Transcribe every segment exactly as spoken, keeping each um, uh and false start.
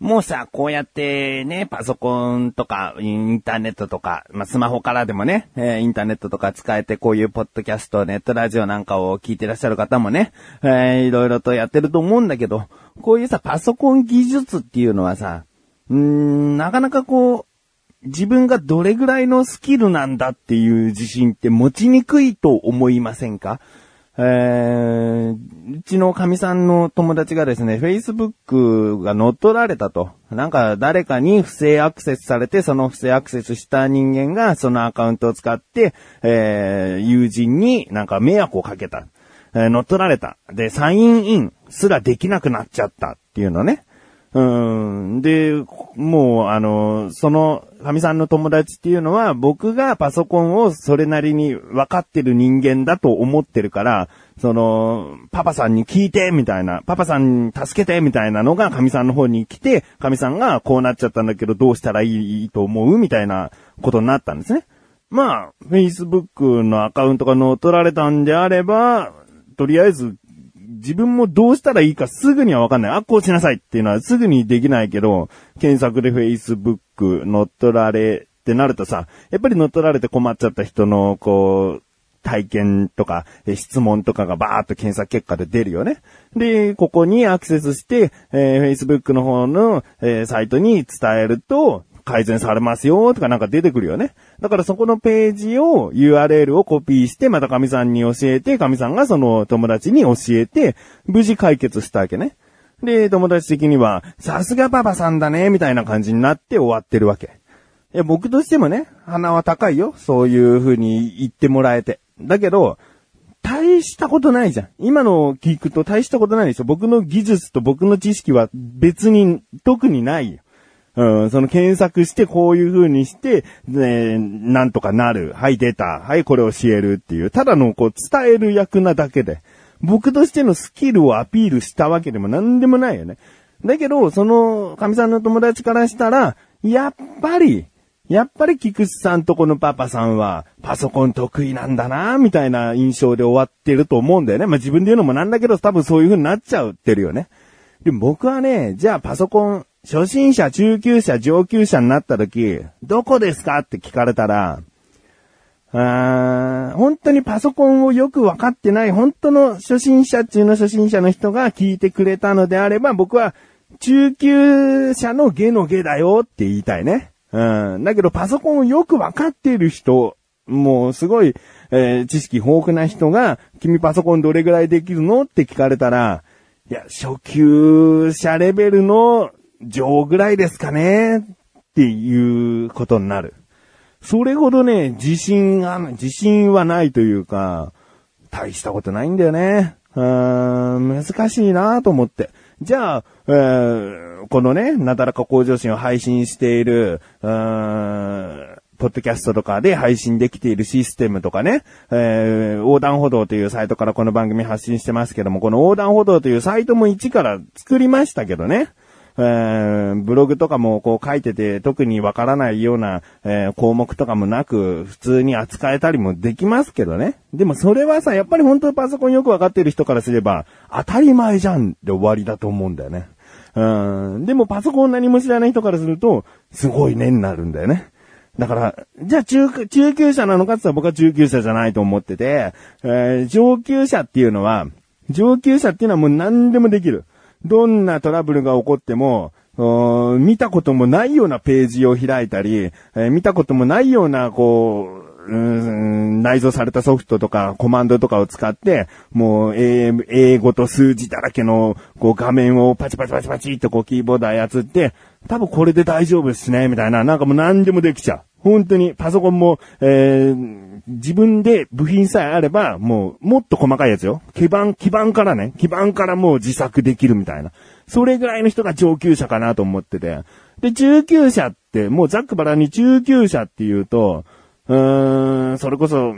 もうさ、こうやってね、パソコンとか、インターネットとか、まあ、スマホからでもね、えー、インターネットとか使えて、こういうポッドキャスト、ネットラジオなんかを聞いてらっしゃる方もね、えー、いろいろとやってると思うんだけど、こういうさ、パソコン技術っていうのはさ、うーん、なかなかこう、自分がどれぐらいのスキルなんだっていう自信って持ちにくいと思いませんか？えー、うちの神さんの友達がですね、Facebook が乗っ取られたと。なんか誰かに不正アクセスされて、その不正アクセスした人間がそのアカウントを使って、えー、友人になんか迷惑をかけた。えー、乗っ取られた。で、サインインすらできなくなっちゃったっていうのね。うーん。で、もう、あの、その、神さんの友達っていうのは、僕がパソコンをそれなりに分かってる人間だと思ってるから、その、パパさんに聞いて、みたいな、パパさんに助けて、みたいなのが神さんの方に来て、神さんがこうなっちゃったんだけど、どうしたらいいと思うみたいなことになったんですね。まあ、Facebook のアカウントが乗っ取られたんであれば、とりあえず、自分もどうしたらいいかすぐにはわかんない。あ、こうしなさいっていうのはすぐにできないけど、検索で Facebook 乗っ取られってなるとさ、やっぱり乗っ取られて困っちゃった人の、こう、体験とか、質問とかがバーっと検索結果で出るよね。で、ここにアクセスして、えー、Facebook の方の、えー、サイトに伝えると、改善されますよとかなんか出てくるよね。だからそこのページを ユーアールエル をコピーしてまた神さんに教えて、神さんがその友達に教えて無事解決したわけね。で、友達的にはさすがパパさんだねみたいな感じになって終わってるわけ。いや僕としてもね、鼻は高いよ。そういう風に言ってもらえて。だけど大したことないじゃん。今の聞くと大したことないでしょ。僕の技術と僕の知識は別に特にないよ。うん、その検索してこういう風にして、ね、なんとかなる。はい、出た。はい、これ教えるっていう。ただのこう伝える役なだけで。僕としてのスキルをアピールしたわけでもなんでもないよね。だけど、その、神さんの友達からしたら、やっぱり、やっぱり菊池さんとこのパパさんはパソコン得意なんだな、みたいな印象で終わってると思うんだよね。まあ、自分で言うのもなんだけど、多分そういう風になっちゃってるよね。でも僕はね、じゃあパソコン、初心者、中級者、上級者になった時、どこですかって聞かれたら、あー本当にパソコンをよく分かってない、本当の初心者中の初心者の人が聞いてくれたのであれば、僕は中級者の下の下だよって言いたいね。うん。だけどパソコンをよく分かっている人、もうすごい、えー、知識豊富な人が、君パソコンどれぐらいできるのって聞かれたら、いや、初級者レベルの上ぐらいですかねっていうことになる。それほどね、自信が、自信はないというか、大したことないんだよね。うーん、難しいなと思って。じゃあ、えー、このね、なだらか向上心を配信している、うーん、ポッドキャストとかで配信できているシステムとかね、えー、横断歩道というサイトからこの番組発信してますけども、この横断歩道というサイトも一から作りましたけどね。えー、ブログとかもこう書いてて特にわからないような、えー、項目とかもなく普通に扱えたりもできますけどね。でもそれはさ、やっぱり本当にパソコンよくわかっている人からすれば当たり前じゃんで終わりだと思うんだよね。うん。でもパソコン何も知らない人からするとすごいねになるんだよね。だから、じゃあ中、中級者なのかって言ったら僕は中級者じゃないと思ってて、えー、上級者っていうのは、上級者っていうのはもう何でもできる。どんなトラブルが起こっても、見たこともないようなページを開いたり、えー、見たこともないような、こう、うーん内蔵されたソフトとかコマンドとかを使って、もう英、英語と数字だらけのこう画面をパチパチパチパチってこうキーボード操って、多分これで大丈夫ですね、みたいな、なんかもう何でもできちゃう。本当にパソコンも、えー、自分で部品さえあれば、もうもっと細かいやつよ。基板、基板からね、基板からもう自作できるみたいな。それぐらいの人が上級者かなと思ってて。で、中級者って、もうざっくばらんに中級者っていうと、うーん、それこそ、うん、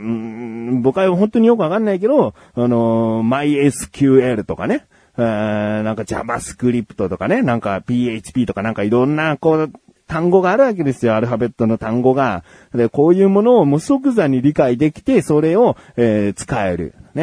僕は本当によくわかんないけど、あのー、マイエスキューエル とかね、えー、なんか JavaScript とかね、なんか ピーエイチピー とかなんかいろんな、こう、単語があるわけですよ、アルファベットの単語が。で、こういうものをもう即座に理解できて、それを、えー、使える。ね。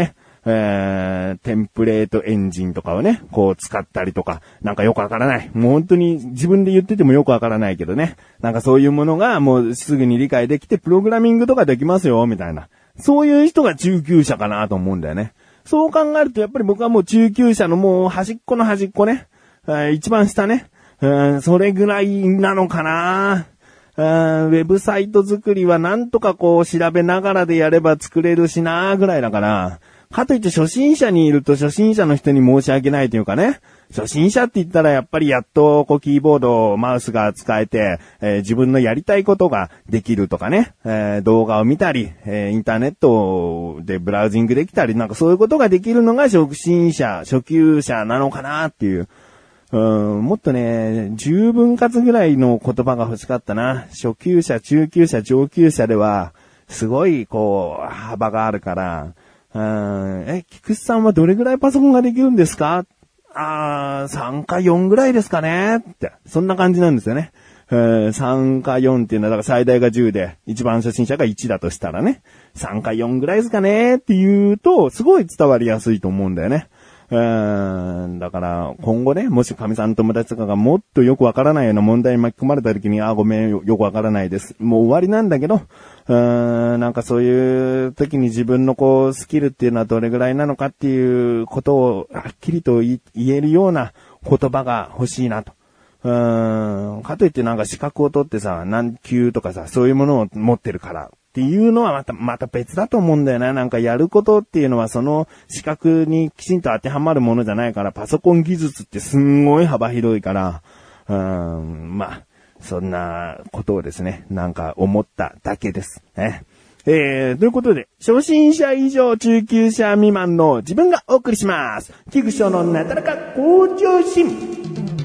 えー、テンプレートエンジンとかをね、こう使ったりとか、なんかよくわからない。もう本当に自分で言っててもよくわからないけどね。なんかそういうものがもうすぐに理解できて、プログラミングとかできますよ、みたいな。そういう人が中級者かなと思うんだよね。そう考えるとやっぱり僕はもう中級者のもう端っこの端っこね。一番下ね。うん、それぐらいなのかな。うん、ウェブサイト作りはなんとかこう調べながらでやれば作れるしなぐらいだから。かといって初心者にいると初心者の人に申し訳ないというかね。初心者って言ったらやっぱりやっとこうキーボード、マウスが使えて、えー、自分のやりたいことができるとかね、えー、動画を見たり、えー、インターネットでブラウジングできたり、なんかそういうことができるのが初心者、初級者なのかなっていう。うん、もっとね、十分割ぐらいの言葉が欲しかったな。初級者、中級者、上級者では、すごいこう、幅があるから、うん、え、菊池さんはどれぐらいパソコンができるんですか？あー、さんかよんぐらいですかねって。そんな感じなんですよね。えー、さんかよんっていうのは、だから最大がじゅうで、一番初心者がいちだとしたらね、さんかよんぐらいですかねって言うと、すごい伝わりやすいと思うんだよね。うーん、だから、今後ね、もし神さんの友達とかがもっとよくわからないような問題に巻き込まれた時に、あ、ごめんよ、よくわからないです。もう終わりなんだけど、うーん、なんかそういう時に自分のこう、スキルっていうのはどれぐらいなのかっていうことを、はっきりと言えるような言葉が欲しいなと。うーん、かといってなんか資格を取ってさ、何級とかさ、そういうものを持ってるから。っていうのはまた、また別だと思うんだよな。なんかやることっていうのはその資格にきちんと当てはまるものじゃないから、パソコン技術ってすんごい幅広いから、うーん、まあ、そんなことをですね、なんか思っただけです。ね。えー、ということで、初心者以上中級者未満の自分がお送りします。菊池のなだらか向上心。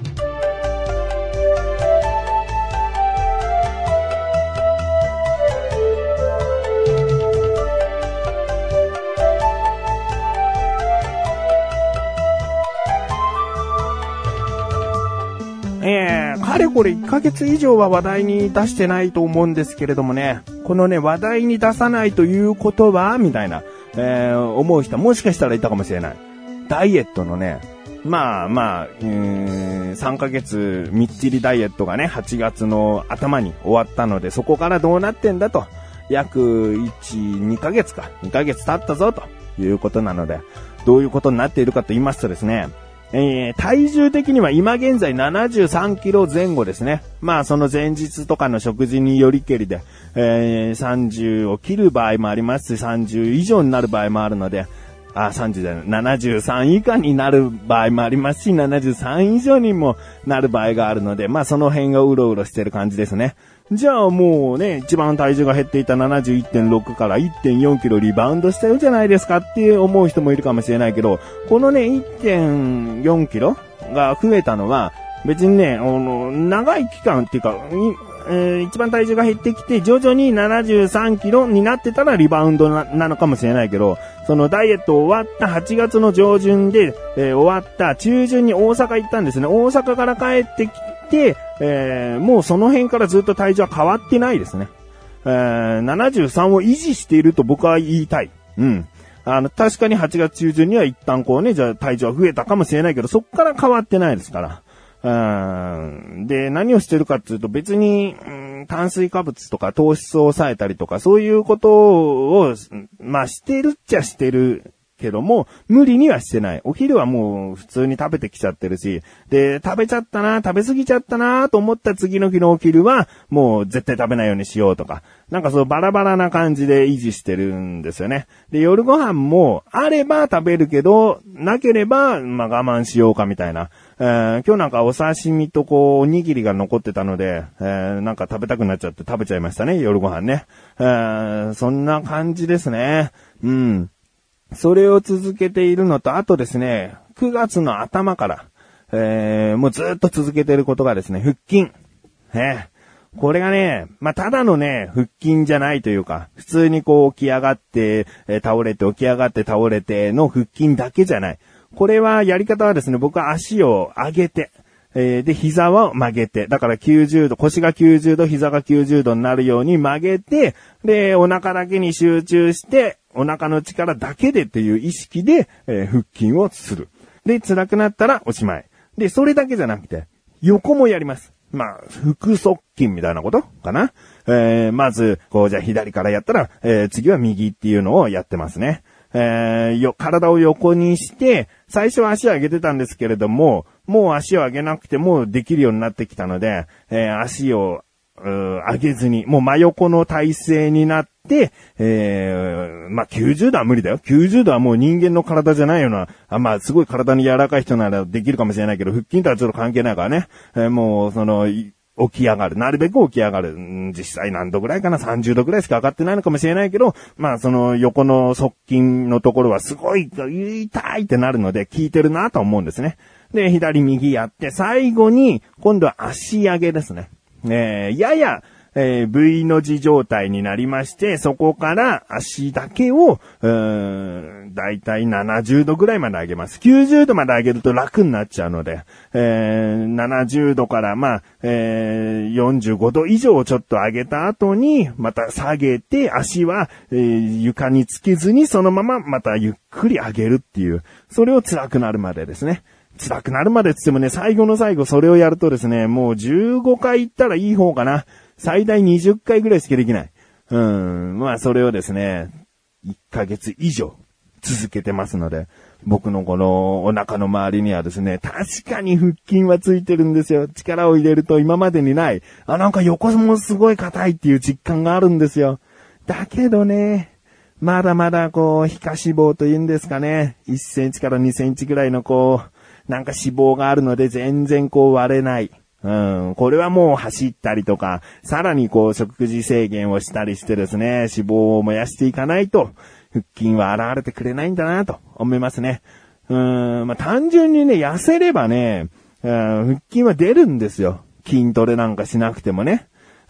えー、かれこれいっかげつ以上は話題に出してないと思うんですけれどもね、このね、話題に出さないということは、みたいな、えー、思う人もしかしたらいたかもしれない。ダイエットのね、まあまあ、うーん、さんかげつみっちりダイエットがね、はちがつの頭に終わったので、そこからどうなってんだと、約いち、にかげつか、にかげつ経ったぞということなので、どういうことになっているかと言いますとですね、えー、体重的には今現在ななじゅうさんキロ前後ですね。まあその前日とかの食事によりけりで、えー、さんじゅうを切る場合もありますし、さんじゅう以上になる場合もあるので、あ、さんじゅうじゃない、ななじゅうさん以下になる場合もありますし、ななじゅうさん以上にもなる場合があるので、まあその辺がうろうろしてる感じですね。じゃあもうね、一番体重が減っていた ななじゅういってんろく から いってんよんキロリバウンドしたよじゃないですかって思う人もいるかもしれないけど、このね、いってんよんキロが増えたのは、別にね、あの、長い期間っていうか、えー、一番体重が減ってきて、徐々にななじゅうさんキロになってたらリバウンド な, なのかもしれないけど、そのダイエット終わったはちがつの上旬で、えー、終わった中旬に大阪行ったんですね。大阪から帰ってきて、えー、もうその辺からずっと体重は変わってないですね。えー、ななじゅうさんを維持していると僕は言いたい。うん。あの、確かにはちがつ中旬には一旦こうね、じゃあ体重は増えたかもしれないけど、そっから変わってないですから。うん、で、何をしてるかっていうと別に、うん、炭水化物とか糖質を抑えたりとかそういうことを、まあしてるっちゃしてるけども、無理にはしてない。お昼はもう普通に食べてきちゃってるし、で、食べちゃったな、食べ過ぎちゃったなと思った次の日のお昼は、もう絶対食べないようにしようとか、なんかそうバラバラな感じで維持してるんですよね。で、夜ご飯もあれば食べるけど、なければ、まあ我慢しようかみたいな。えー、今日なんかお刺身とこう、おにぎりが残ってたので、えー、なんか食べたくなっちゃって食べちゃいましたね、夜ご飯ね。えー、そんな感じですね。うん。それを続けているのと、あとですね、くがつの頭から、えー、もうずっと続けていることがですね、腹筋。ね、これがね、まあ、ただのね、腹筋じゃないというか、普通にこう起き上がって、えー、倒れて起き上がって倒れての腹筋だけじゃない。これはやり方はですね、僕は足を上げて、えー、で、膝を曲げて、だからきゅうじゅうど、腰がきゅうじゅうど、膝がきゅうじゅうどになるように曲げて、で、お腹だけに集中して、 お腹の力だけでっていう意識で、えー、腹筋をする。で、辛くなったらおしまい。で、それだけじゃなくて、横もやります。まあ、腹側筋みたいなことかな。えー、まず、こう、じゃあ左からやったら、えー、次は右っていうのをやってますね。えー、よ、体を横にして、最初は足を上げてたんですけれども、もう足を上げなくてもできるようになってきたので、えー、足を、上げずに、もう真横の体勢になって、えー、まあ、きゅうじゅうどは無理だよ。きゅうじゅうどはもう人間の体じゃないような、あまあ、すごい体に柔らかい人ならできるかもしれないけど、腹筋とはちょっと関係ないからね。えー、もう、その、起き上がる。なるべく起き上がる。ん実際何度ぐらいかな ?さんじゅうどぐらいしか上がってないのかもしれないけど、まあその横の側筋のところはすごい痛いってなるので効いてるなと思うんですね。で、左右やって、最後に今度は足上げですね。えー、やや、えー、V の字状態になりまして、そこから足だけを、うーん、だいたいななじゅうどぐらいまで上げます。きゅうじゅうどまで上げると楽になっちゃうので、えー、ななじゅうどから、まあ、えー、よんじゅうごど以上ちょっと上げた後に、また下げて、足は、えー、床につけずに、そのまままたゆっくり上げるっていう、それを辛くなるまでですね。辛くなるまでって言ってもね、最後の最後それをやるとですね、もうじゅうごかい行ったらいい方かな。最大にじゅっかいぐらいしかできない。うん。まあそれをですね、いっかげつ以上続けてますので、僕のこのお腹の周りにはですね、確かに腹筋はついてるんですよ。力を入れると今までにない。あ、なんか横もすごい硬いっていう実感があるんですよ。だけどね、まだまだこう、皮下脂肪というんですかね。いっセンチからにセンチぐらいのこう、なんか脂肪があるので全然こう割れない。うん。これはもう走ったりとか、さらにこう食事制限をしたりしてですね、脂肪を燃やしていかないと、腹筋は現れてくれないんだなと思いますね。うん。まあ、単純にね、痩せればね、うん、腹筋は出るんですよ。筋トレなんかしなくてもね。うん。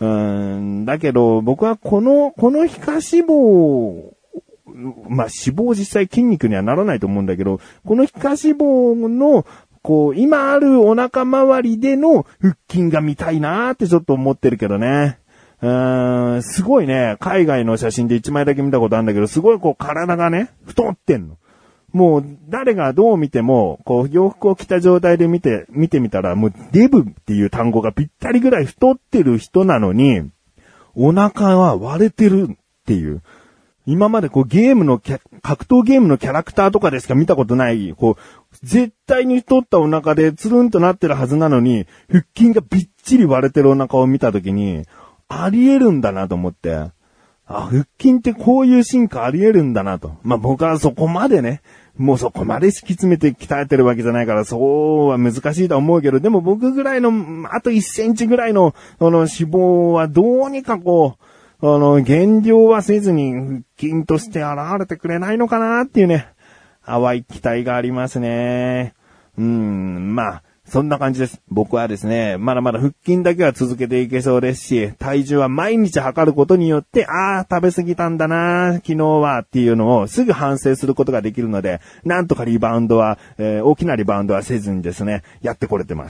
だけど、僕はこの、この皮下脂肪、まあ、脂肪実際筋肉にはならないと思うんだけど、この皮下脂肪の、こう、今あるお腹周りでの腹筋が見たいなーってちょっと思ってるけどね。うーん、すごいね、海外の写真で一枚だけ見たことあるんだけど、すごいこう体がね、太ってんの。もう、誰がどう見ても、こう、洋服を着た状態で見て、見てみたら、もう、デブっていう単語がぴったりぐらい太ってる人なのに、お腹は割れてるっていう。今までこうゲームのキャ、格闘ゲームのキャラクターとかでしか見たことない、こう、絶対に太ったお腹でつるんとなってるはずなのに、腹筋がびっちり割れてるお腹を見たときに、あり得るんだなと思って、あ、腹筋ってこういう進化あり得るんだなと。まあ、僕はそこまでね、もうそこまで敷き詰めて鍛えてるわけじゃないから、そうは難しいと思うけど、でも僕ぐらいの、あといっセンチぐらいの、その脂肪はどうにかこう、あの、減量はせずに腹筋として現れてくれないのかなっていうね、淡い期待がありますね。うーん、まあ、そんな感じです。僕はですね、まだまだ腹筋だけは続けていけそうですし、体重は毎日測ることによって、ああ、食べ過ぎたんだな、昨日はっていうのをすぐ反省することができるので、なんとかリバウンドは、えー、大きなリバウンドはせずにですね、やってこれてます。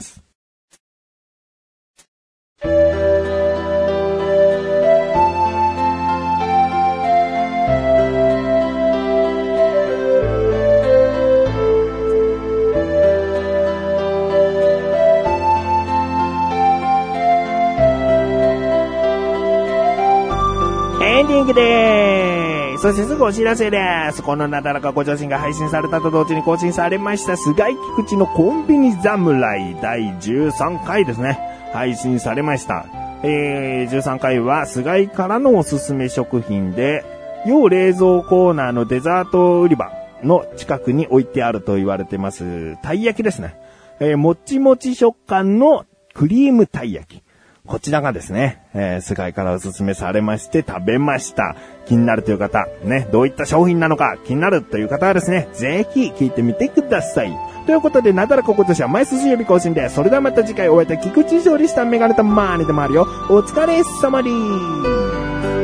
エンディングでーす。そしてすぐお知らせです。このなだらかご上心が配信されたと同時に更新されました菅井菊池のコンビニ侍だいじゅうさんかいですね。配信されました。えー、じゅうさんかいは菅井からのおすすめ食品で、要冷蔵コーナーのデザート売り場の近くに置いてあると言われてます、たい焼きですね。えー、もちもち食感のクリームたい焼き。こちらがですね、えー、菅井からおすすめされまして食べました。気になるという方、ね、どういった商品なのか気になるという方はですね、ぜひ聞いてみてください。ということで、なだらか今年は毎週水曜日更新で、それではまた次回お会いいた菊池勝利したメガネたまーにでもあるよ。お疲れ様です。